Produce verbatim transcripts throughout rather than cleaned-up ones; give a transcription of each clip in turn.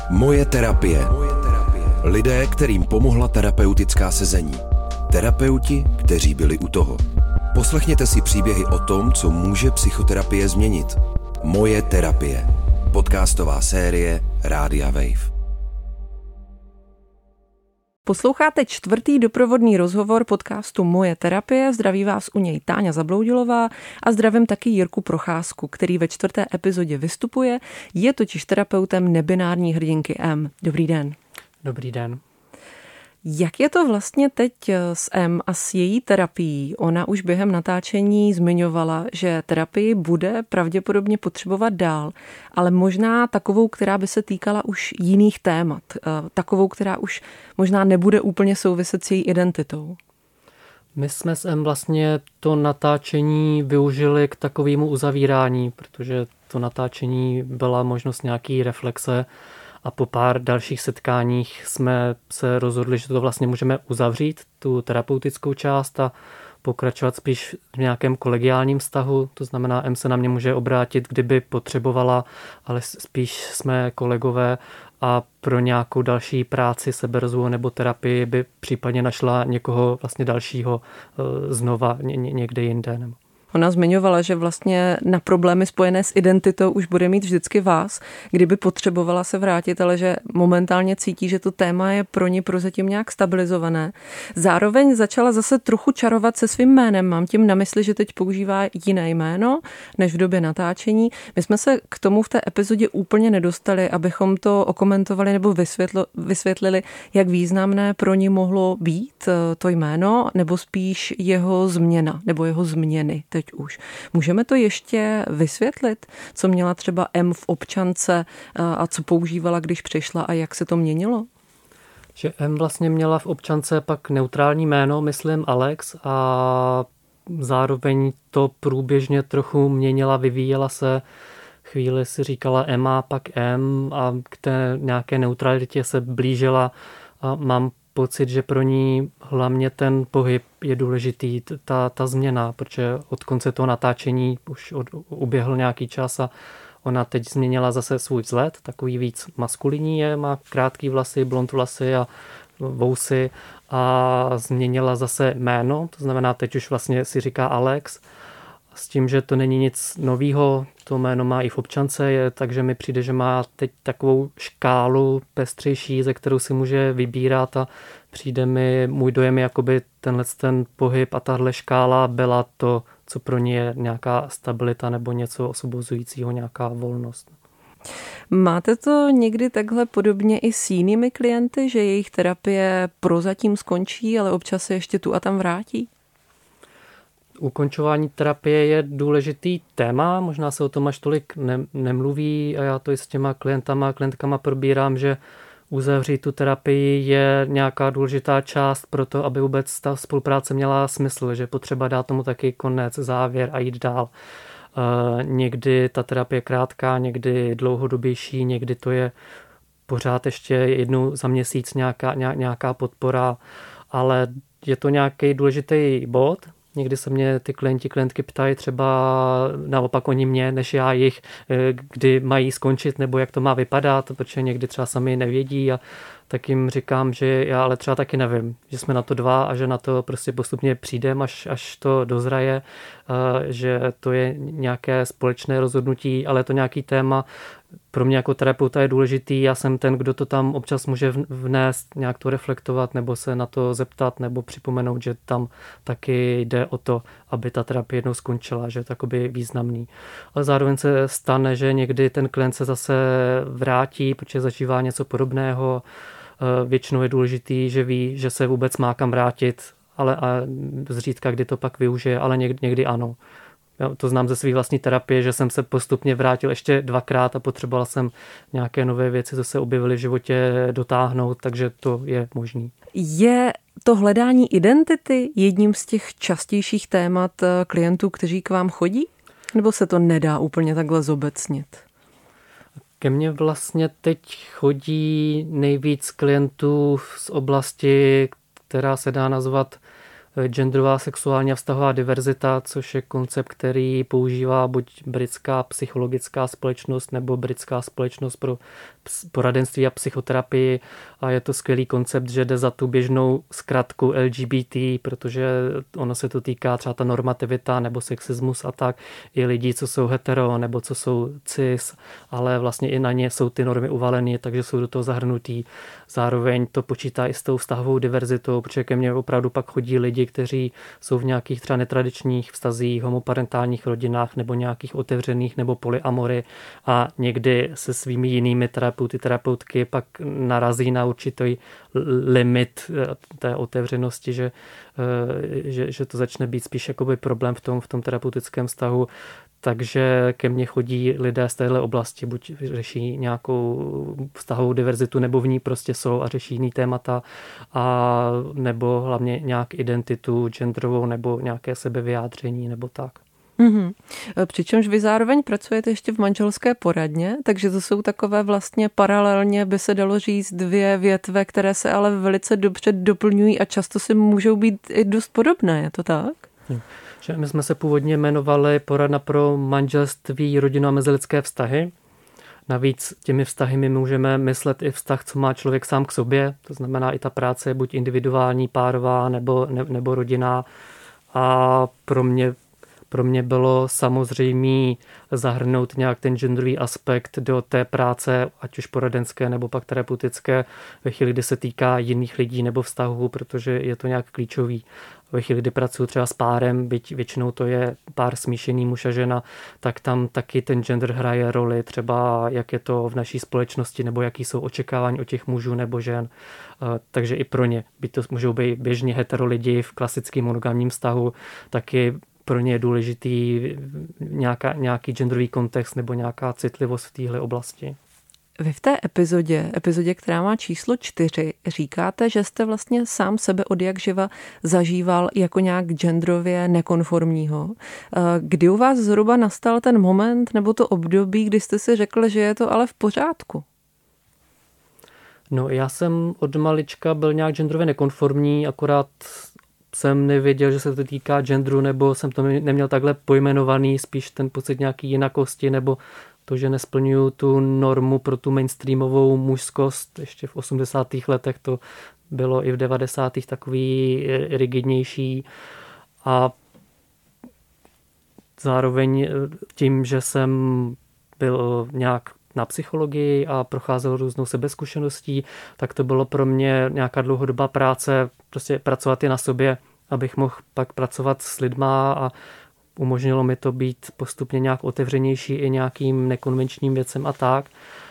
Moje terapie. Lidé, kterým pomohla terapeutická sezení. Terapeuti, kteří byli u toho. Poslechněte si příběhy o tom, co může psychoterapie změnit. Moje terapie. Podcastová série Rádia Wave. Posloucháte čtvrtý doprovodný rozhovor podcastu Moje terapie. Zdraví vás u něj Táňa Zabloudilová a zdravím taky Jirku Procházku, který ve čtvrté epizodě vystupuje. Je totiž terapeutem nebinární hrdinky M. Dobrý den. Dobrý den. Jak je to vlastně teď s M a s její terapií? Ona už během natáčení zmiňovala, že terapii bude pravděpodobně potřebovat dál, ale možná takovou, která by se týkala už jiných témat. Takovou, která už možná nebude úplně souviset s její identitou. My jsme s M vlastně to natáčení využili k takovému uzavírání, protože to natáčení byla možnost nějaký reflexe. A po pár dalších setkáních jsme se rozhodli, že to vlastně můžeme uzavřít, tu terapeutickou část, a pokračovat spíš v nějakém kolegiálním vztahu. To znamená, M se na mě může obrátit, kdyby potřebovala, ale spíš jsme kolegové a pro nějakou další práci, seberozvoj nebo terapii by případně našla někoho vlastně dalšího znova někde jinde. Ona zmiňovala, že vlastně na problémy spojené s identitou už bude mít vždycky vás, kdyby potřebovala se vrátit, ale že momentálně cítí, že to téma je pro ní prozatím nějak stabilizované. Zároveň začala zase trochu čarovat se svým jménem. Mám tím na mysli, že teď používá jiné jméno než v době natáčení. My jsme se k tomu v té epizodě úplně nedostali, abychom to okomentovali nebo vysvětlo, vysvětlili, jak významné pro ní mohlo být to jméno, nebo spíš jeho změna, nebo jeho změny. Teď už. Můžeme to ještě vysvětlit, co měla třeba M v občance a co používala, když přišla a jak se to měnilo? Že M vlastně měla v občance pak neutrální jméno, myslím Alex, a zároveň to průběžně trochu měnila, vyvíjela se. Chvíli si říkala Emma, pak M a k té nějaké neutralitě se blížila a mám pocit, že pro ní hlavně ten pohyb je důležitý, ta, ta změna, protože od konce toho natáčení už od, uběhl nějaký čas a ona teď změnila zase svůj vzhled, takový víc maskulinní je, má krátký vlasy, blond vlasy a vousy a změnila zase jméno, to znamená teď už vlastně si říká Alex, s tím, že to není nic novýho, to jméno má i v občance, je, takže mi přijde, že má teď takovou škálu pestřejší, ze kterou si může vybírat a přijde mi, můj dojem je jakoby tenhle ten pohyb a tahle škála byla to, co pro ně je nějaká stabilita nebo něco osvobozujícího, nějaká volnost. Máte to někdy takhle podobně i s jinými klienty, že jejich terapie prozatím skončí, ale občas se ještě tu a tam vrátí? Ukončování terapie je důležitý téma, možná se o tom až tolik ne, nemluví a já to i s těma klientama a klientkama probírám, že uzavřít tu terapii je nějaká důležitá část pro to, aby vůbec ta spolupráce měla smysl, že potřeba dát tomu taky konec, závěr a jít dál. E, někdy ta terapie je krátká, někdy dlouhodobější, někdy to je pořád ještě jednou za měsíc nějaká, nějaká podpora, ale je to nějaký důležitý bod. Někdy se mě ty klienti, klientky ptají třeba naopak oni mě, než já jich, kdy mají skončit nebo jak to má vypadat, protože někdy třeba sami nevědí a tak jim říkám, že já ale třeba taky nevím, že jsme na to dva a že na to prostě postupně přijdeme, až, až to dozraje, že to je nějaké společné rozhodnutí, ale je to nějaký téma. Pro mě jako terapeuta je důležitý, já jsem ten, kdo to tam občas může vnést, nějak to reflektovat nebo se na to zeptat nebo připomenout, že tam taky jde o to, aby ta terapie jednou skončila, že je to takoby významný. Ale zároveň se stane, že někdy ten klient se zase vrátí, protože zažívá něco podobného. Většinou je důležitý, že ví, že se vůbec má kam vrátit, ale a zřídka, kdy to pak využije, ale někdy, někdy ano. Já to znám ze své vlastní terapie, že jsem se postupně vrátil ještě dvakrát a potřeboval jsem nějaké nové věci, co se objevily v životě, dotáhnout, takže to je možný. Je to hledání identity jedním z těch častějších témat klientů, kteří k vám chodí? Nebo se to nedá úplně takhle zobecnit? Ke mně vlastně teď chodí nejvíc klientů z oblasti, která se dá nazvat genderová sexuální a vztahová diverzita, což je koncept, který používá buď britská psychologická společnost nebo britská společnost pro poradenství a psychoterapii, a je to skvělý koncept, že jde za tu běžnou zkratku L G B T, protože ono se to týká třeba ta normativita nebo sexismus a tak, i lidí, co jsou hetero nebo co jsou cis, ale vlastně i na ně jsou ty normy uvalené, takže jsou do toho zahrnutý. Zároveň to počítá i s tou vztahovou diverzitou, protože ke mně opravdu pak chodí lidi, kteří jsou v nějakých třeba netradičních vztazích, homoparentálních rodinách nebo nějakých otevřených nebo polyamory a někdy se svými jinými terapeuty, terapeutky pak narazí na určitý limit té otevřenosti, že, že, že to začne být spíš jakoby problém v tom, v tom terapeutickém vztahu. Takže ke mně chodí lidé z téhle oblasti, buď řeší nějakou vztahovou diverzitu, nebo v ní prostě jsou a řeší jiný témata, a nebo hlavně nějak identitu genderovou nebo nějaké sebevyjádření nebo tak. Mm-hmm. Přičemž vy zároveň pracujete ještě v manželské poradně, takže to jsou takové vlastně paralelně, by se dalo říct, dvě větve, které se ale velice dobře doplňují a často si můžou být i dost podobné, je to tak? Hmm. Že my jsme se původně jmenovali Poradna pro manželství, rodinu a mezilidské vztahy. Navíc těmi vztahy my můžeme myslet i vztah, co má člověk sám k sobě, to znamená i ta práce je buď individuální, párová nebo, ne, nebo rodinná. A pro mě Pro mě bylo samozřejmé zahrnout nějak ten genderový aspekt do té práce, ať už poradenské nebo pak terapeutické, ve chvíli, kdy se týká jiných lidí nebo vztahů, protože je to nějak klíčový. Ve chvíli, kdy pracuji třeba s párem, byť většinou to je pár smíšený muž a žena, tak tam taky ten gender hraje roli, třeba jak je to v naší společnosti nebo jaký jsou očekávání od těch mužů nebo žen. Takže i pro ně, byť to můžou být běžně hetero lidi v klasickém monogamním vztahu, taky pro ně je důležitý nějaká, nějaký genderový kontext nebo nějaká citlivost v téhle oblasti. Vy v té epizodě, epizodě, která má číslo čtyři, říkáte, že jste vlastně sám sebe od jak živa zažíval jako nějak genderově nekonformního. Kdy u vás zhruba nastal ten moment nebo to období, kdy jste si řekl, že je to ale v pořádku? No, já jsem od malička byl nějak genderově nekonformní, akorát jsem nevěděl, že se to týká genderu, nebo jsem to neměl takhle pojmenovaný, spíš ten pocit nějaký jinakosti, nebo to, že nesplňuju tu normu pro tu mainstreamovou mužskost. Ještě v osmdesátých letech to bylo i v devadesátých takový rigidnější. A zároveň tím, že jsem byl nějak na psychologii a procházel různou sebezkušeností, tak to bylo pro mě nějaká dlouhodobá práce, prostě pracovat i na sobě, abych mohl pak pracovat s lidma a umožnilo mi to být postupně nějak otevřenější i nějakým nekonvenčním věcem a tak.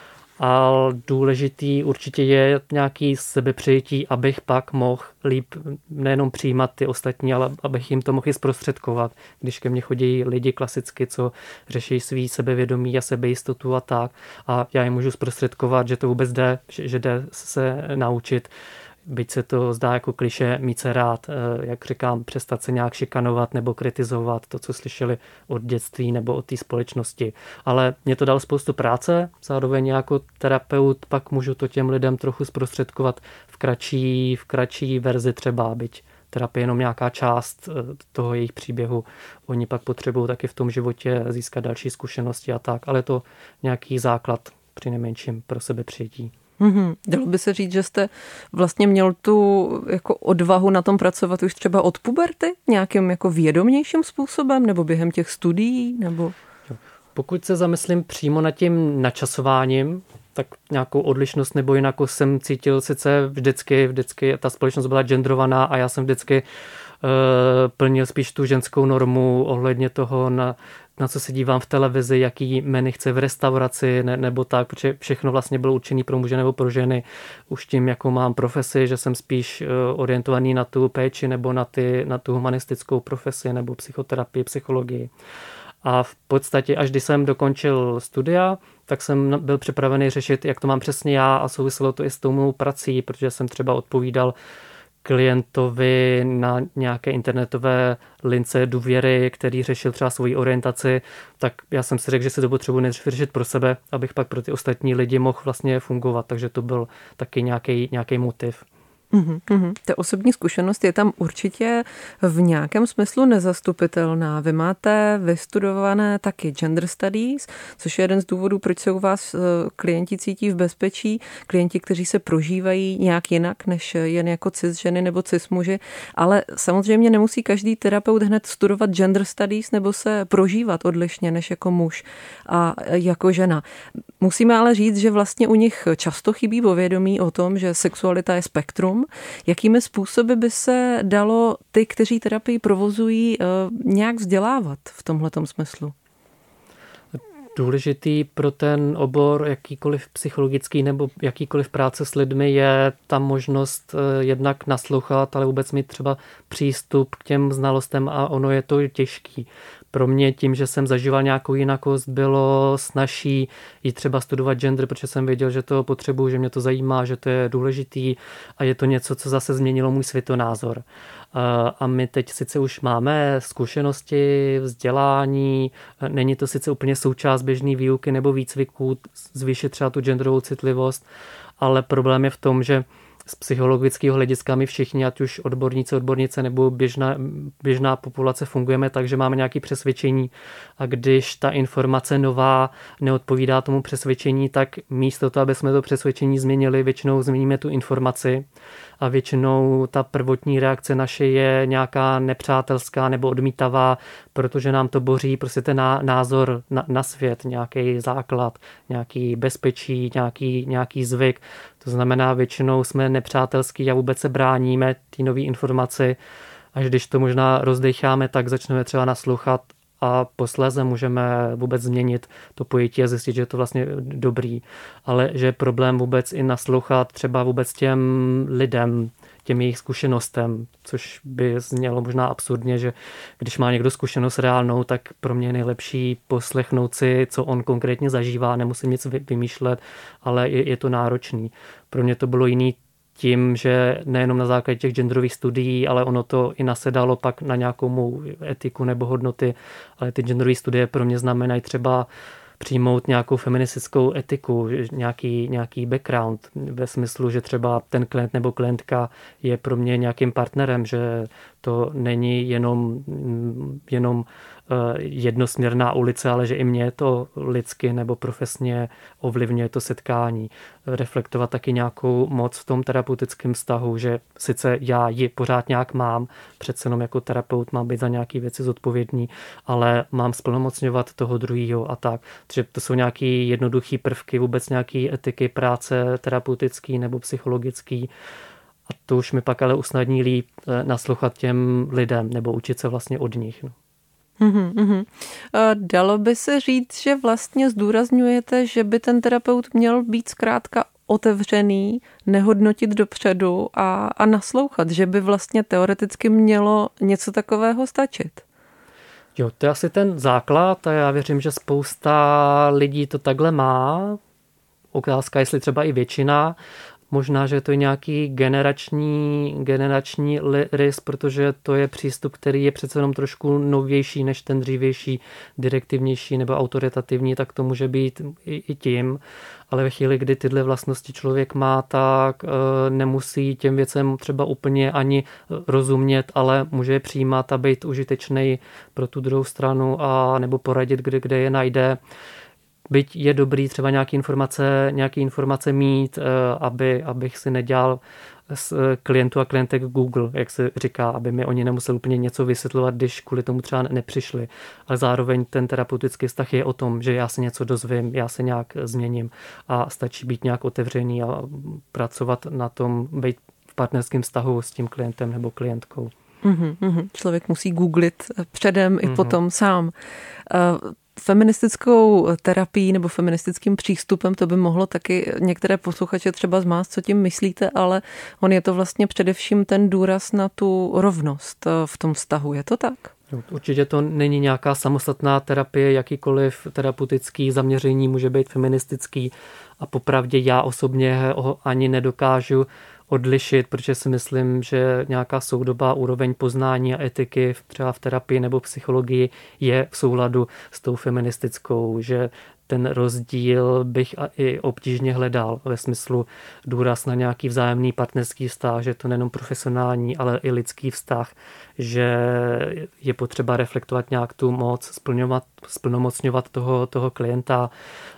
A důležitý určitě je nějaký sebepřijetí, abych pak mohl líp nejenom přijímat ty ostatní, ale abych jim to mohl i zprostředkovat. Když ke mně chodí lidi klasicky, co řeší svý sebevědomí a sebejistotu a tak, a já jim můžu zprostředkovat, že to vůbec jde, že jde se naučit, byť se to zdá jako klišé, mít se rád, jak říkám, přestat se nějak šikanovat nebo kritizovat to, co slyšeli od dětství nebo od té společnosti. Ale mě to dalo spoustu práce, zároveň jako terapeut pak můžu to těm lidem trochu zprostředkovat v kratší, v kratší verzi třeba, byť terapie jenom nějaká část toho jejich příběhu. Oni pak potřebují taky v tom životě získat další zkušenosti a tak, ale je to nějaký základ při nejmenším pro sebepřijetí. Mm-hmm. Dalo by se říct, že jste vlastně měl tu jako odvahu na tom pracovat už třeba od puberty? Nějakým jako vědomějším způsobem? Nebo během těch studií? Nebo... Pokud se zamyslím přímo nad tím načasováním, tak nějakou odlišnost nebo jinakost jsem cítil sice vždycky, vždycky ta společnost byla genderovaná a já jsem vždycky uh, plnil spíš tu ženskou normu ohledně toho, na, na co se dívám v televizi, jaký menu chce v restauraci ne, nebo tak, protože všechno vlastně bylo určené pro muže nebo pro ženy. Už tím, jakou mám profesi, že jsem spíš uh, orientovaný na tu péči nebo na, ty, na tu humanistickou profesi nebo psychoterapii, psychologii. A v podstatě, až když jsem dokončil studia, tak jsem byl připravený řešit, jak to mám přesně já, a souviselo to i s tou mou prací, protože jsem třeba odpovídal klientovi na nějaké internetové lince důvěry, který řešil třeba svoji orientaci, tak já jsem si řekl, že si to potřebuji nejdřív řešit pro sebe, abych pak pro ty ostatní lidi mohl vlastně fungovat, takže to byl taky nějaký, nějaký motiv. Uhum, uhum. Ta osobní zkušenost je tam určitě v nějakém smyslu nezastupitelná. Vy máte vystudované taky gender studies, což je jeden z důvodů, proč se u vás klienti cítí v bezpečí, klienti, kteří se prožívají nějak jinak, než jen jako cis ženy nebo cis muži, ale samozřejmě nemusí každý terapeut hned studovat gender studies nebo se prožívat odlišně než jako muž a jako žena. Musíme ale říct, že vlastně u nich často chybí povědomí o tom, že sexualita je spektrum. Jakými způsoby by se dalo ty, kteří terapii provozují, nějak vzdělávat v tomhletom smyslu? Důležitý pro ten obor, jakýkoliv psychologický nebo jakýkoliv práce s lidmi, je ta možnost jednak naslouchat, ale vůbec mít třeba přístup k těm znalostem a ono je to těžký. Pro mě tím, že jsem zažíval nějakou jinakost, bylo snazší jít třeba studovat gender, protože jsem věděl, že to potřebuji, že mě to zajímá, že to je důležitý a je to něco, co zase změnilo můj světonázor. A my teď sice už máme zkušenosti, vzdělání, není to sice úplně součást běžné výuky nebo výcviku, zvýšit třeba tu genderovou citlivost, ale problém je v tom, že z psychologického hlediska my všichni, ať už odborníci, odbornice nebo běžná, běžná populace fungujeme tak, že máme nějaké přesvědčení a když ta informace nová neodpovídá tomu přesvědčení, tak místo toho, aby jsme to přesvědčení změnili, většinou změníme tu informaci a většinou ta prvotní reakce naše je nějaká nepřátelská nebo odmítavá, protože nám to boří prostě ten názor na, na svět, nějaký základ, nějaký bezpečí, nějaký, nějaký zvyk. To znamená, většinou jsme nepřátelský a vůbec se bráníme té nové informaci. Až když to možná rozdecháme, tak začneme třeba naslouchat a posléze můžeme vůbec změnit to pojetí a zjistit, že je to vlastně dobrý. Ale že je problém vůbec i naslouchat třeba vůbec těm lidem, těm jejich zkušenostem, což by znělo možná absurdně, že když má někdo zkušenost reálnou, tak pro mě je nejlepší poslechnout si, co on konkrétně zažívá, nemusím nic vymýšlet, ale je, je to náročný. Pro mě to bylo jiný tím, že nejenom na základě těch genderových studií, ale ono to i nasedalo pak na nějakou mou etiku nebo hodnoty, ale ty genderové studie pro mě znamenají třeba přijmout nějakou feministickou etiku, nějaký, nějaký background ve smyslu, že třeba ten klient nebo klientka je pro mě nějakým partnerem, že to není jenom, jenom jednosměrná ulice, ale že i mě to lidsky nebo profesně ovlivňuje to setkání. Reflektovat taky nějakou moc v tom terapeutickém vztahu, že sice já ji pořád nějak mám, přece jenom jako terapeut mám být za nějaké věci zodpovědný, ale mám splnomocňovat toho druhého a tak. Takže to jsou nějaké jednoduché prvky, vůbec nějaké etiky práce terapeutický nebo psychologický. A to už mi pak ale usnadní líp naslouchat těm lidem nebo učit se vlastně od nich. No. Uhum, uhum. Dalo by se říct, že vlastně zdůrazňujete, že by ten terapeut měl být zkrátka otevřený, nehodnotit dopředu a, a naslouchat, že by vlastně teoreticky mělo něco takového stačit. Jo, to je asi ten základ a já věřím, že spousta lidí to takhle má. Otázka, jestli třeba i většina. Možná, že to je nějaký generační, generační rys, protože to je přístup, který je přece jenom trošku novější než ten dřívější, direktivnější nebo autoritativní, tak to může být i, i tím. Ale ve chvíli, kdy tyhle vlastnosti člověk má, tak e, nemusí těm věcem třeba úplně ani rozumět, ale může je přijímat a být užitečný pro tu druhou stranu a nebo poradit, kde, kde je najde. Byť je dobrý třeba nějaké informace, nějaké informace mít, aby, abych si nedělal z klientů a klientek Google, jak se říká, aby mi oni nemuseli úplně něco vysvětlovat, když kvůli tomu třeba nepřišli. Ale zároveň ten terapeutický vztah je o tom, že já se něco dozvím, já se nějak změním a stačí být nějak otevřený a pracovat na tom, být v partnerském vztahu s tím klientem nebo klientkou. Mm-hmm, mm-hmm. Člověk musí googlit předem mm-hmm. i potom sám. Uh, Feministickou terapii nebo feministickým přístupem to by mohlo taky některé posluchače třeba zmást, co tím myslíte, ale on je to vlastně především ten důraz na tu rovnost v tom vztahu. Je to tak? Určitě to není nějaká samostatná terapie, jakýkoliv terapeutický zaměření může být feministický a popravdě já osobně ho ani nedokážu odlišit, protože si myslím, že nějaká soudobá úroveň poznání a etiky třeba v terapii nebo psychologii je v souladu s tou feministickou, že ten rozdíl bych i obtížně hledal ve smyslu důraz na nějaký vzájemný partnerský vztah, že to nejenom profesionální, ale i lidský vztah, že je potřeba reflektovat nějak tu moc, splňovat, splnomocňovat toho, toho klienta,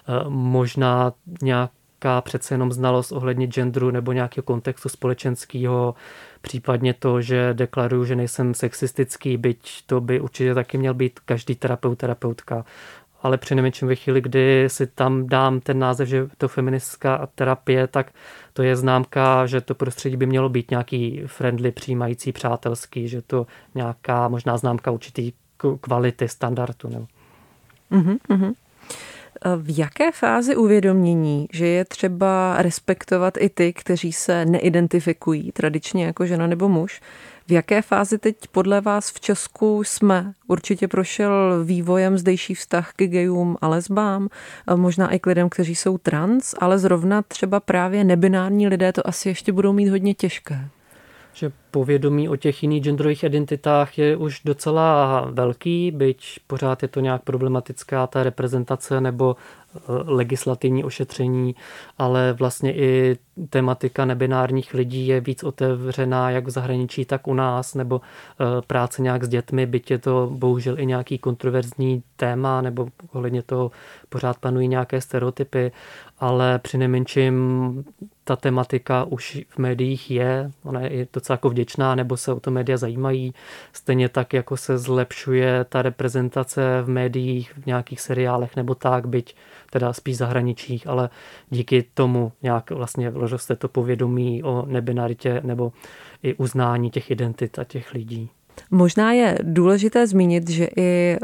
možná nějaká přece jenom znalost ohledně genderu nebo nějakého kontextu společenského, případně to, že deklaruju, že nejsem sexistický, byť to by určitě taky měl být každý terapeut, terapeutka. Ale přinejmenším ve chvíli, kdy si tam dám ten název, že to feministická terapie, tak to je známka, že to prostředí by mělo být nějaký friendly, přijímající, přátelský, že to nějaká možná známka určitý kvality, standardu. Nebo. Uh-huh, uh-huh. V jaké fázi uvědomění, že je třeba respektovat i ty, kteří se neidentifikují tradičně jako žena nebo muž, v jaké fázi teď podle vás v Česku jsme? Určitě prošel vývojem zdejší vztah k gayům a lesbám, možná i k lidem, kteří jsou trans, ale zrovna třeba právě nebinární lidé to asi ještě budou mít hodně těžké. Že povědomí o těch jiných genderových identitách je už docela velký, byť pořád je to nějak problematická ta reprezentace nebo legislativní ošetření, ale vlastně i tematika nebinárních lidí je víc otevřená jak v zahraničí, tak u nás, nebo práce nějak s dětmi, byť je to bohužel i nějaký kontroverzní téma, nebo ohledně toho pořád panují nějaké stereotypy, ale přinejmenším ta tematika už v médiích je, ona je docela jako vděčná, nebo se o to média zajímají, stejně tak, jako se zlepšuje ta reprezentace v médiích, v nějakých seriálech nebo tak, byť teda spíš zahraničích, ale díky tomu nějak vlastně roste to povědomí o nebinaritě nebo i uznání těch identit a těch lidí. Možná je důležité zmínit, že i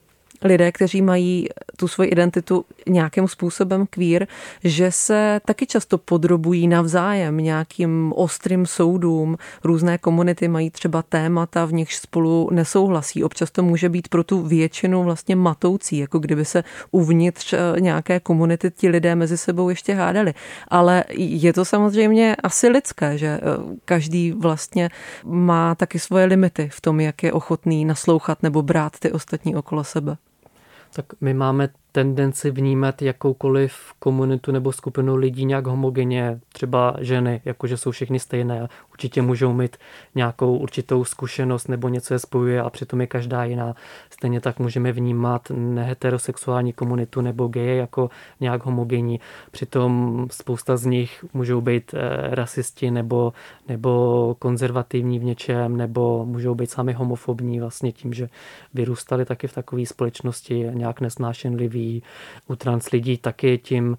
lidé, kteří mají tu svoji identitu nějakým způsobem queer, že se taky často podrobují navzájem nějakým ostrým soudům. Různé komunity mají třeba témata, v nichž spolu nesouhlasí. Občas to může být pro tu většinu vlastně matoucí, jako kdyby se uvnitř nějaké komunity ti lidé mezi sebou ještě hádali. Ale je to samozřejmě asi lidské, že každý vlastně má taky svoje limity v tom, jak je ochotný naslouchat nebo brát ty ostatní okolo sebe. Tak my máme tendenci vnímat jakoukoliv komunitu nebo skupinu lidí nějak homogenně, třeba ženy, jakože jsou všechny stejné. Určitě můžou mít nějakou určitou zkušenost nebo něco je spojuje a přitom je každá jiná. Stejně tak můžeme vnímat neheterosexuální komunitu nebo geje jako nějak homogenní. Přitom spousta z nich můžou být rasisti nebo, nebo konzervativní v něčem, nebo můžou být sami homofobní vlastně tím, že vyrůstali taky v takové společnosti nějak nesnášenliví. U trans lidí taky tím,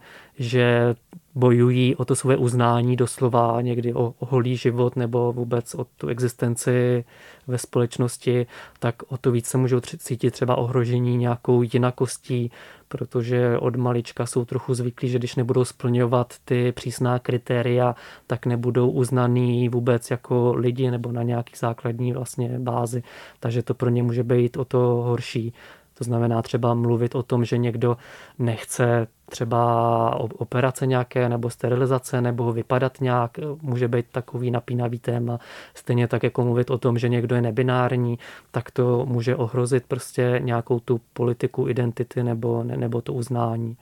že bojují o to své uznání doslova, někdy o, o holý život nebo vůbec o tu existenci ve společnosti, tak o to víc se můžou cítit třeba ohrožení nějakou jinakostí, protože od malička jsou trochu zvyklí, že když nebudou splňovat ty přísná kritéria, tak nebudou uznaný vůbec jako lidi nebo na nějaký základní vlastně bázi, takže to pro ně může být o to horší. To znamená třeba mluvit o tom, že někdo nechce třeba operace nějaké nebo sterilizace nebo vypadat nějak, může být takový napínavý téma. Stejně tak jako mluvit o tom, že někdo je nebinární, tak to může ohrozit prostě nějakou tu politiku identity nebo, nebo to uznání.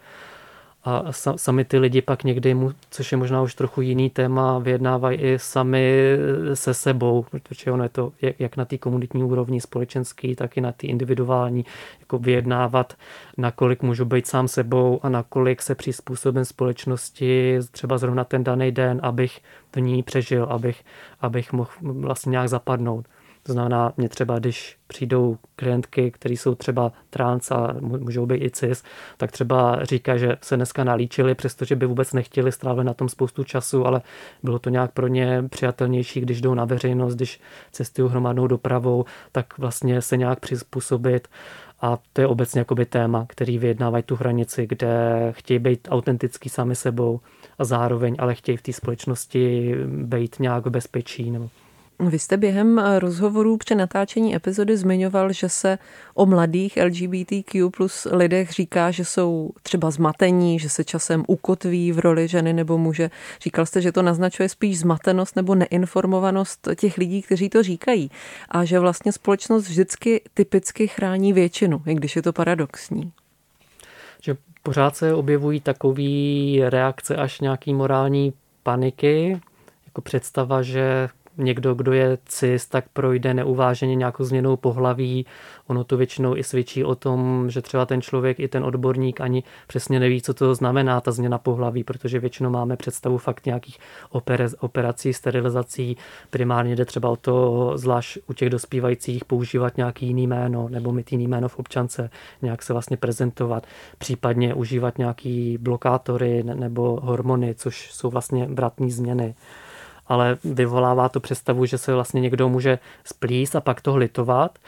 A sami ty lidi pak někdy, což je možná už trochu jiný téma, vyjednávají i sami se sebou, protože ono je to jak na té komunitní úrovni společenský, tak i na té individuální, jako vyjednávat, nakolik můžu být sám sebou a nakolik se přizpůsobím společnosti třeba zrovna ten daný den, abych v ní přežil, abych, abych mohl vlastně nějak zapadnout. To znamená, mě třeba, když přijdou klientky, které jsou třeba trans a můžou být i cis, tak třeba říká, že se dneska nalíčili, přestože by vůbec nechtěli, strávili na tom spoustu času, ale bylo to nějak pro ně přijatelnější, když jdou na veřejnost, když cestují hromadnou dopravou, tak vlastně se nějak přizpůsobit. A to je obecně jakoby téma, který vyjednávají tu hranici, kde chtějí být autentický sami sebou a zároveň ale chtějí v té společnosti být nějak v bezpečí. Nebo... Vy jste během rozhovorů při natáčení epizody zmiňoval, že se o mladých L G B T Q plus lidech říká, že jsou třeba zmatení, že se časem ukotví v roli ženy nebo muže. Říkal jste, že to naznačuje spíš zmatenost nebo neinformovanost těch lidí, kteří to říkají. A že vlastně společnost vždycky typicky chrání většinu, i když je to paradoxní. Že Pořád se objevují takové reakce až nějaký morální paniky, jako představa, že někdo, kdo je cis, tak projde neuváženě nějakou změnou pohlaví. Ono to většinou i svědčí o tom, že třeba ten člověk i ten odborník ani přesně neví, co to znamená ta změna pohlaví, protože většinou máme představu fakt nějakých operací, sterilizací. Primárně jde třeba o to, zvlášť u těch dospívajících, používat nějaký jiný jméno nebo mít jiný jméno v občance, nějak se vlastně prezentovat, případně užívat nějaký blokátory nebo hormony, což jsou vlastně vratné změny. Ale vyvolává to představu, že se vlastně někdo může splíst a pak to litovat.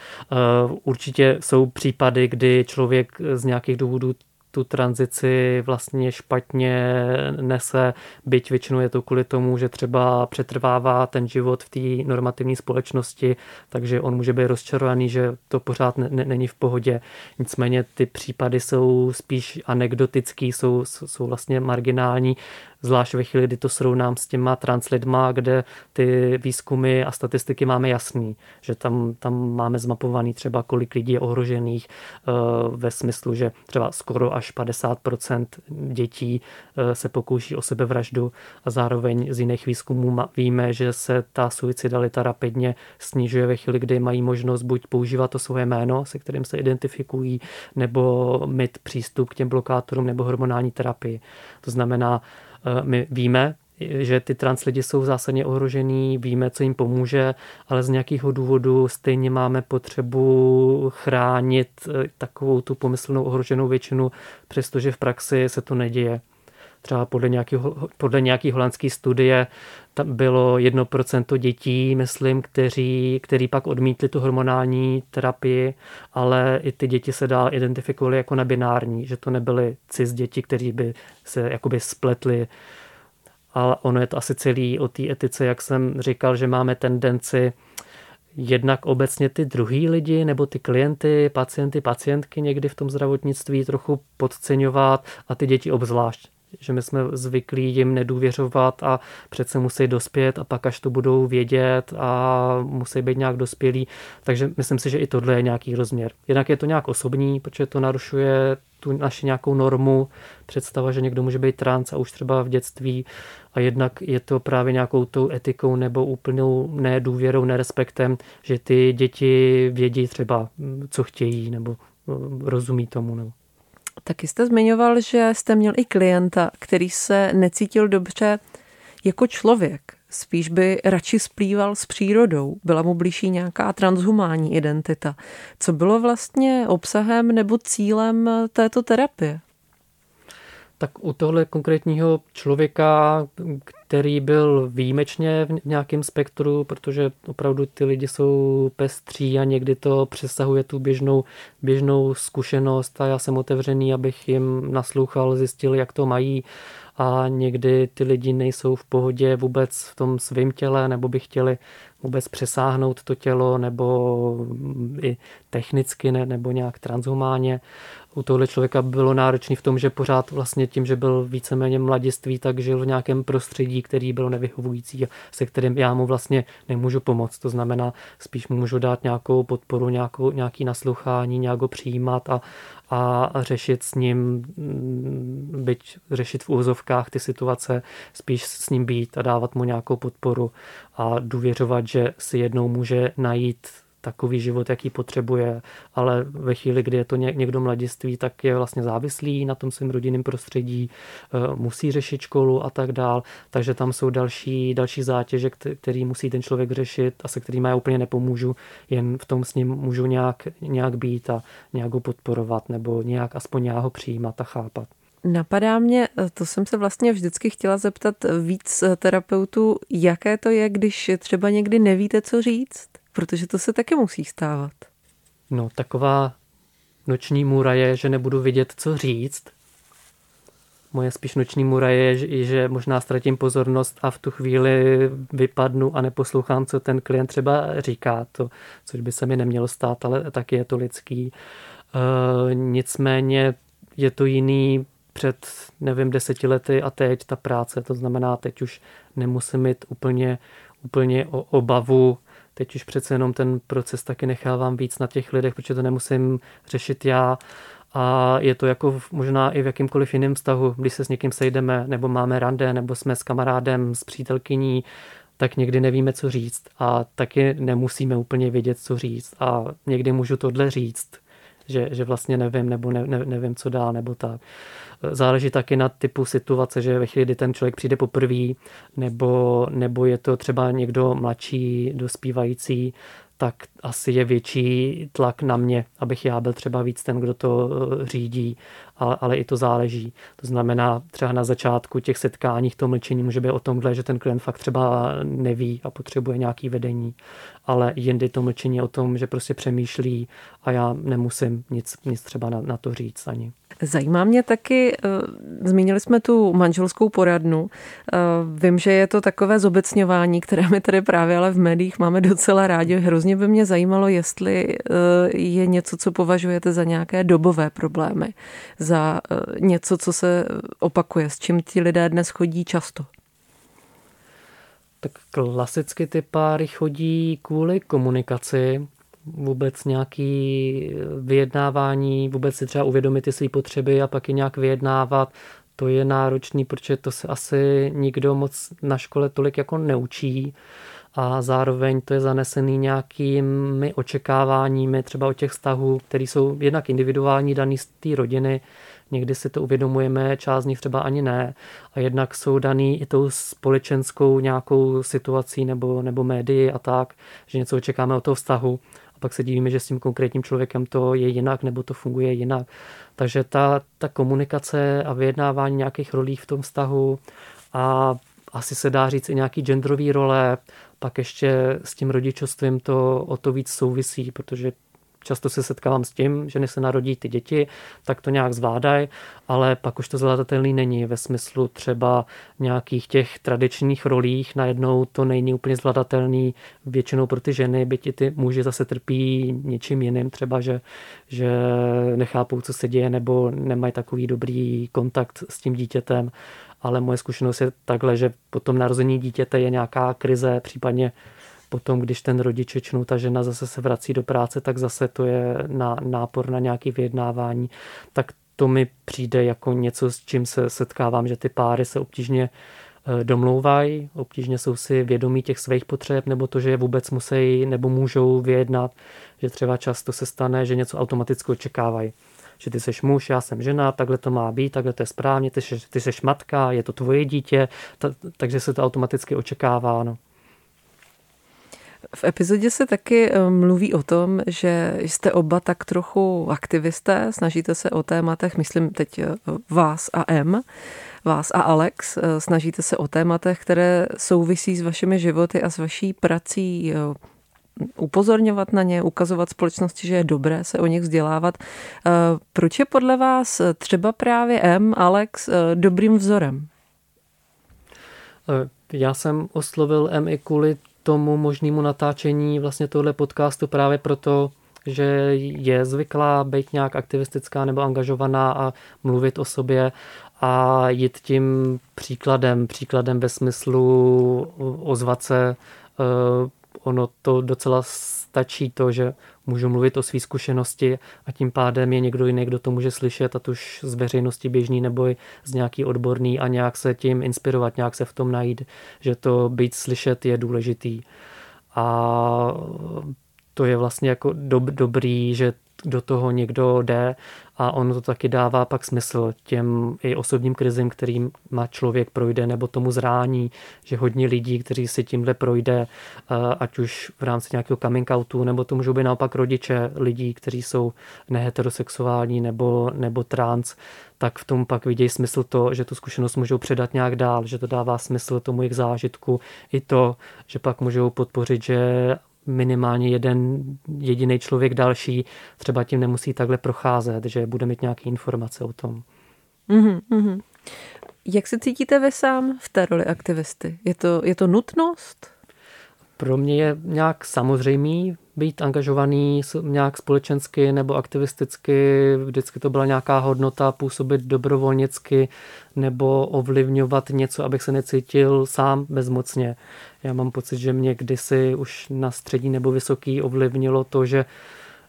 Určitě jsou případy, kdy člověk z nějakých důvodů tu tranzici vlastně špatně nese, byť většinou je to kvůli tomu, že třeba přetrvává ten život v té normativní společnosti, takže on může být rozčarovaný, že to pořád ne, ne, není v pohodě. Nicméně ty případy jsou spíš anekdotický, jsou, jsou vlastně marginální, zvlášť ve chvíli, kdy to srovnám s těma translidma, kde ty výzkumy a statistiky máme jasný, že tam, tam máme zmapovaný třeba kolik lidí je ohrožených ve smyslu, že třeba skoro až padesát procent dětí se pokouší o sebevraždu a zároveň z jiných výzkumů víme, že se ta suicidalita rapidně snižuje ve chvíli, kdy mají možnost buď používat to svoje jméno, se kterým se identifikují, nebo mít přístup k těm blokátorům nebo hormonální terapii. To znamená, my víme, že ty trans lidi jsou zásadně ohrožený, víme, co jim pomůže, ale z nějakého důvodu stejně máme potřebu chránit takovou tu pomyslnou ohroženou většinu, přestože v praxi se to neděje. Třeba podle nějaké, podle nějaký holandské studie tam bylo jedno procento dětí, myslím, kteří, který pak odmítli tu hormonální terapii, ale i ty děti se dál identifikovaly jako nebinární, že to nebyly cis děti, kteří by se jakoby spletli. Ale ono je to asi celý o té etice, jak jsem říkal, že máme tendenci jednak obecně ty druhý lidi nebo ty klienty, pacienty, pacientky někdy v tom zdravotnictví trochu podceňovat a ty děti obzvlášť. Že my jsme zvyklí jim nedůvěřovat a přece musí dospět a pak až to budou vědět a musí být nějak dospělí. Takže myslím si, že i tohle je nějaký rozměr. Jednak je to nějak osobní, protože to narušuje tu naši nějakou normu, představa, že někdo může být trans a už třeba v dětství a jednak je to právě nějakou tou etikou nebo úplnou nedůvěrou, nerespektem, že ty děti vědí třeba, co chtějí nebo rozumí tomu. Nebo. Taky jste zmiňoval, že jste měl i klienta, který se necítil dobře jako člověk. Spíš by radši splýval s přírodou. Byla mu blížší nějaká transhumánní identita. Co bylo vlastně obsahem nebo cílem této terapie? Tak u tohle konkrétního člověka, který byl výjimečně v nějakém spektru, protože opravdu ty lidi jsou pestří a někdy to přesahuje tu běžnou, běžnou zkušenost a já jsem otevřený, abych jim naslouchal, zjistil, jak to mají a někdy ty lidi nejsou v pohodě vůbec v tom svém těle nebo by chtěli vůbec přesáhnout to tělo nebo i technicky ne, nebo nějak transhumánně. U tohle člověka bylo náročný v tom, že pořád vlastně tím, že byl víceméně mladiství, tak žil v nějakém prostředí, který byl nevyhovující a se kterým já mu vlastně nemůžu pomoct. To znamená, spíš mu můžu dát nějakou podporu, nějakou, nějaký naslouchání, nějak ho přijímat a, a řešit s ním, byť řešit v úzovkách ty situace, spíš s ním být a dávat mu nějakou podporu a důvěřovat, že si jednou může najít takový život, jaký potřebuje, ale ve chvíli, kdy je to někdo mladiství, tak je vlastně závislý na tom svém rodinném prostředí, musí řešit školu a tak dál, takže tam jsou další, další zátěže, který musí ten člověk řešit a se kterými já úplně nepomůžu, jen v tom s ním můžu nějak, nějak být a nějak ho podporovat nebo nějak aspoň nějak ho přijímat a chápat. Napadá mě, to jsem se vlastně vždycky chtěla zeptat víc terapeutů, jaké to je, když třeba někdy nevíte, co říct, protože to se taky musí stávat. No, taková noční můra je, že nebudu vědět, co říct. Moje spíš noční můra je, že možná ztratím pozornost a v tu chvíli vypadnu a neposlouchám, co ten klient třeba říká, to, což by se mi nemělo stát, ale taky je to lidský. E, nicméně je to jiný před, nevím, deseti lety a teď ta práce, to znamená, teď už nemusím mít úplně, úplně obavu, teď už přece jenom ten proces taky nechávám víc na těch lidech, protože to nemusím řešit já A je to jako možná i v jakýmkoliv jiném vztahu, když se s někým sejdeme, nebo máme rande, nebo jsme s kamarádem, s přítelkyní, tak někdy nevíme, co říct. A taky nemusíme úplně vědět, co říct. A někdy můžu tohle říct, že, že vlastně nevím, nebo ne, ne, nevím, co dál, nebo tak. Záleží taky na typu situace, že ve chvíli, kdy ten člověk přijde poprvé, nebo, nebo je to třeba někdo mladší, dospívající, tak asi je větší tlak na mě, abych já byl třeba víc ten, kdo to řídí, ale, ale i to záleží. To znamená, třeba na začátku těch setkání to mlčení může být o tomhle, že ten klient fakt třeba neví a potřebuje nějaké vedení, ale jindy to mlčení je o tom, že prostě přemýšlí a já nemusím nic, nic třeba na, na to říct ani. Zajímá mě taky, zmínili jsme tu manželskou poradnu. Vím, že je to takové zobecňování, které my tady právě ale v médiích máme docela rádi. Hrozně by mě zajímalo, jestli je něco, co považujete za nějaké dobové problémy, za něco, co se opakuje, s čím ti lidé dnes chodí často. Tak klasicky ty páry chodí kvůli komunikaci, vůbec nějaký vyjednávání, vůbec si třeba uvědomit ty své potřeby a pak je nějak vyjednávat. To je náročný, protože to se asi nikdo moc na škole tolik jako neučí a zároveň to je zanesený nějakými očekáváními třeba od těch vztahů, které jsou jednak individuální, daný z té rodiny, někdy si to uvědomujeme, část z nich třeba ani ne a jednak jsou daný i tou společenskou nějakou situací nebo, nebo médii a tak, že něco očekáme od toho vztahu. Pak se divíme, že s tím konkrétním člověkem to je jinak nebo to funguje jinak. Takže ta, ta komunikace a vyjednávání nějakých rolí v tom vztahu a asi se dá říct i nějaký genderový role, pak ještě s tím rodičovstvím to o to víc souvisí, protože často se setkávám s tím, že než se narodí ty děti, tak to nějak zvládají, ale pak už to zvládatelný není ve smyslu třeba nějakých těch tradičních rolích, najednou to není úplně zvládatelný většinou pro ty ženy, byť i ty muži zase trpí něčím jiným, třeba že, že nechápou, co se děje, nebo nemají takový dobrý kontakt s tím dítětem, ale moje zkušenost je takhle, že po tom narození dítěte je nějaká krize, případně potom, když ten rodič, většinou ta žena zase se vrací do práce, tak zase to je na, nápor na nějaké vyjednávání. Tak to mi přijde jako něco, s čím se setkávám, že ty páry se obtížně domlouvají, obtížně jsou si vědomí těch svých potřeb, nebo to, že je vůbec musí nebo můžou vyjednat, že třeba často se stane, že něco automaticky očekávají. Že ty seš muž, já jsem žena, takhle to má být, takhle to je správně, ty seš, ty seš matka, je to tvoje dítě, ta, takže se to automaticky očekává. No. V epizodě se taky mluví o tom, že jste oba tak trochu aktivisté, snažíte se o tématech, myslím teď vás a M, vás a Alex, snažíte se o tématech, které souvisí s vašimi životy a s vaší prací, upozorňovat na ně, ukazovat společnosti, že je dobré se o nich vzdělávat. Proč je podle vás třeba právě M, Alex dobrým vzorem? Já jsem oslovil M i kvůli tomu možnému natáčení vlastně tohle podcastu právě proto, že je zvyklá být nějak aktivistická nebo angažovaná a mluvit o sobě a jít tím příkladem, příkladem ve smyslu ozvat se. Ono to docela stačí to, že můžu mluvit o své zkušenosti a tím pádem je někdo jiný, kdo to může slyšet, ať už z veřejnosti běžný nebo i z nějaký odborný a nějak se tím inspirovat, nějak se v tom najít, že to být slyšet je důležitý. A to je vlastně jako dob, dobrý, že do toho někdo jde a ono to taky dává pak smysl těm i osobním krizím, kterým má člověk projde, nebo tomu zrání, že hodně lidí, kteří si tímhle projde, ať už v rámci nějakého coming outu, nebo to můžou být naopak rodiče lidí, kteří jsou neheterosexuální nebo, nebo trans, tak v tom pak vidějí smysl to, že tu zkušenost můžou předat nějak dál, že to dává smysl tomu jejich zážitku, i to, že pak můžou podpořit, že minimálně jeden jediný člověk další třeba tím nemusí takhle procházet, že bude mít nějaké informace o tom. Mm-hmm. Jak se cítíte vy sám v té roli aktivisty? Je to, je to nutnost? Pro mě je nějak samozřejmý být angažovaný nějak společensky nebo aktivisticky. Vždycky to byla nějaká hodnota působit dobrovolnicky nebo ovlivňovat něco, abych se necítil sám bezmocně. Já mám pocit, že mě kdysi už na střední nebo vysoký ovlivnilo to, že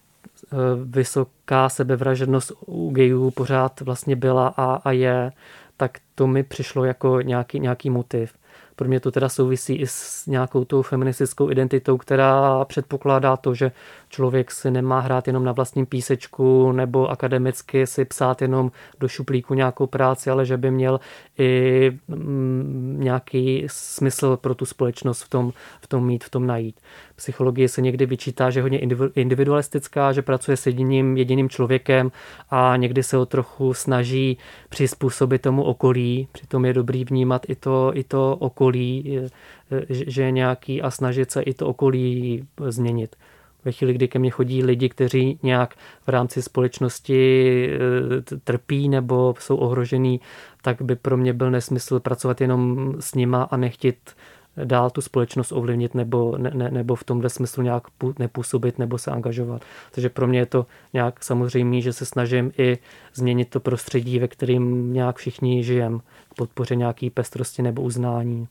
vysoká sebevražednost u gayů pořád vlastně byla a, a je, tak to mi přišlo jako nějaký, nějaký motiv. Pro mě to teda souvisí i s nějakou tou feministickou identitou, která předpokládá to, že člověk si nemá hrát jenom na vlastním písečku nebo akademicky si psát jenom do šuplíku nějakou práci, ale že by měl i nějaký smysl pro tu společnost v tom, v tom mít, v tom najít. Psychologie se někdy vyčítá, že je hodně individualistická, že pracuje s jediným, jediným člověkem a někdy se ho trochu snaží přizpůsobit tomu okolí. Přitom je dobrý vnímat i to, i to okolí, že je nějaký a snažit se i to okolí změnit. Ve chvíli, kdy ke mně chodí lidi, kteří nějak v rámci společnosti trpí nebo jsou ohrožený, tak by pro mě byl nesmysl pracovat jenom s nima a nechtít dál tu společnost ovlivnit nebo, ne, ne, nebo v tomhle smyslu nějak nepůsobit nebo se angažovat. Takže pro mě je to nějak samozřejmé, že se snažím i změnit to prostředí, ve kterém nějak všichni žijeme, k podpoře nějaké pestrosti nebo uznání.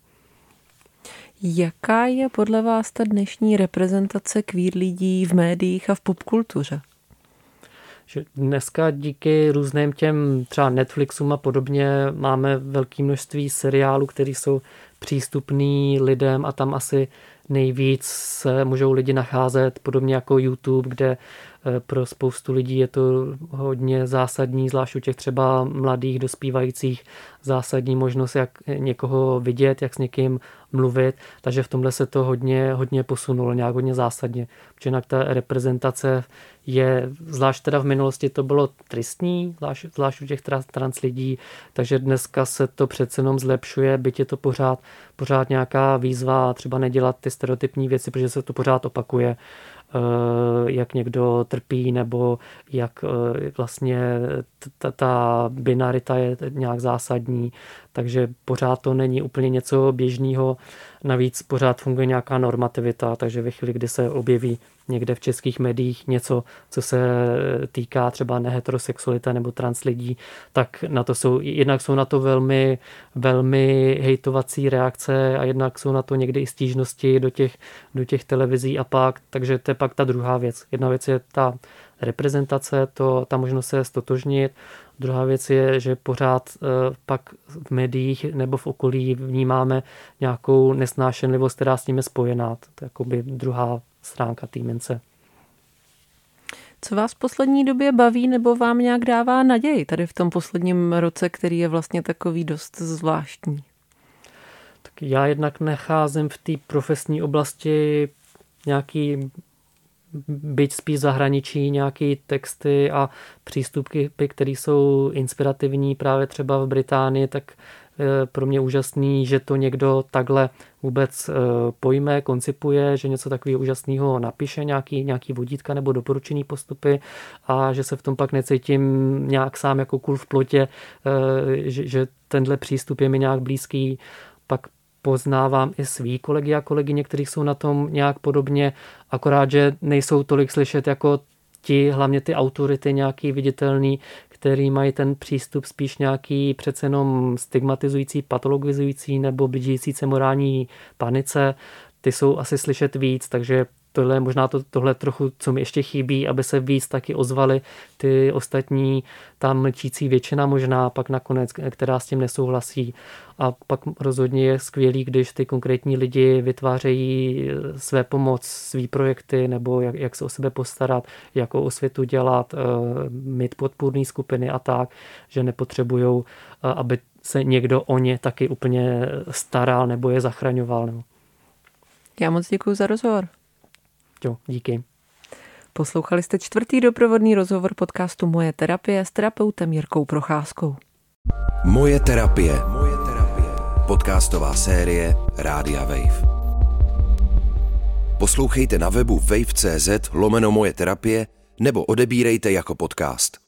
Jaká je podle vás ta dnešní reprezentace queer lidí v médiích a v popkultuře? Že dneska díky různým těm třeba Netflixům a podobně máme velké množství seriálů, které jsou přístupný lidem a tam asi nejvíc se můžou lidi nacházet, podobně jako YouTube, kde pro spoustu lidí je to hodně zásadní, zvlášť u těch třeba mladých dospívajících, zásadní možnost, jak někoho vidět, jak s někým mluvit, takže v tomhle se to hodně, hodně posunulo, nějak hodně zásadně. Protože jinak ta reprezentace je, zvlášť teda v minulosti to bylo tristní, zvlášť, zvlášť u těch trans lidí, takže dneska se to přece jenom zlepšuje, byť je to pořád, pořád nějaká výzva, třeba nedělat ty stereotypní věci, protože se to pořád opakuje, jak někdo trpí, nebo jak vlastně ta, ta binarita je nějak zásadní, takže pořád to není úplně něco běžného, navíc pořád funguje nějaká normativita, takže ve chvíli, kdy se objeví někde v českých médiích něco, co se týká třeba neheterosexualita nebo trans lidí, tak na to jsou, jednak jsou na to velmi, velmi hejtovací reakce a jednak jsou na to někdy i stížnosti do těch, do těch televizí a pak, takže to je pak ta druhá věc. Jedna věc je ta reprezentace, to, ta možnost se stotožnit. Druhá věc je, že pořád e, pak v médiích nebo v okolí vnímáme nějakou nesnášenlivost, která s tím je spojená. To je jakoby druhá stránka té mince. Co vás v poslední době baví nebo vám nějak dává naději tady v tom posledním roce, který je vlastně takový dost zvláštní? Tak já jednak nacházím v té profesní oblasti nějaký, byť spíš zahraničí, nějaké texty a přístupky, které jsou inspirativní právě třeba v Británii, tak pro mě úžasný, že to někdo takhle vůbec pojme, koncipuje, že něco takového úžasného napíše, nějaký, nějaký vodítka nebo doporučený postupy a že se v tom pak necítím nějak sám jako kůl v plotě, že, že tenhle přístup je mi nějak blízký. Pak poznávám i svý kolegy a kolegyně, kteří jsou na tom nějak podobně, akorát, že nejsou tolik slyšet jako ti, hlavně ty autority nějaký viditelný, který mají ten přístup spíš nějaký přece jenom stigmatizující, patologizující nebo blížící se morální panice. Ty jsou asi slyšet víc, takže tohle možná to, tohle trochu, co mi ještě chybí, aby se víc taky ozvaly ty ostatní, ta mlčící většina možná pak nakonec, která s tím nesouhlasí. A pak rozhodně je skvělý, když ty konkrétní lidi vytvářejí své pomoc, svý projekty, nebo jak, jak se o sebe postarat, jakou osvětu dělat, mít podpůrné skupiny a tak, že nepotřebujou, aby se někdo o ně taky úplně staral nebo je zachraňoval. No. Já moc děkuji za rozhovor. Jo, díky. Poslouchali jste čtvrtý doprovodný rozhovor podcastu Moje terapie s terapeutem Jirkou Procházkou. Moje terapie. Moje terapie. Podcastová série Rádia Wave. Poslouchejte na webu wave tečka cz lomeno moje terapie nebo odebírejte jako podcast.